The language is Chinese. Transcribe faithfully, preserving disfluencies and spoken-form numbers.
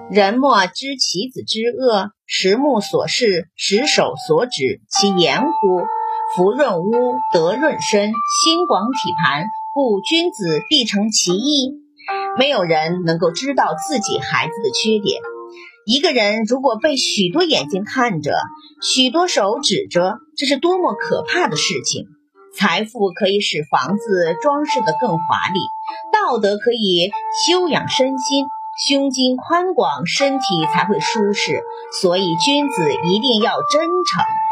人莫知其子之恶，十目所视，十手所指，其言乎？福润屋，德润身，心广体盘，故君子必承其义。没有人能够知道自己孩子的缺点。一个人如果被许多眼睛看着，许多手指着，这是多么可怕的事情。财富可以使房子装饰得更华丽，道德可以修养身心，胸襟宽广，身体才会舒适。所以君子一定要真诚。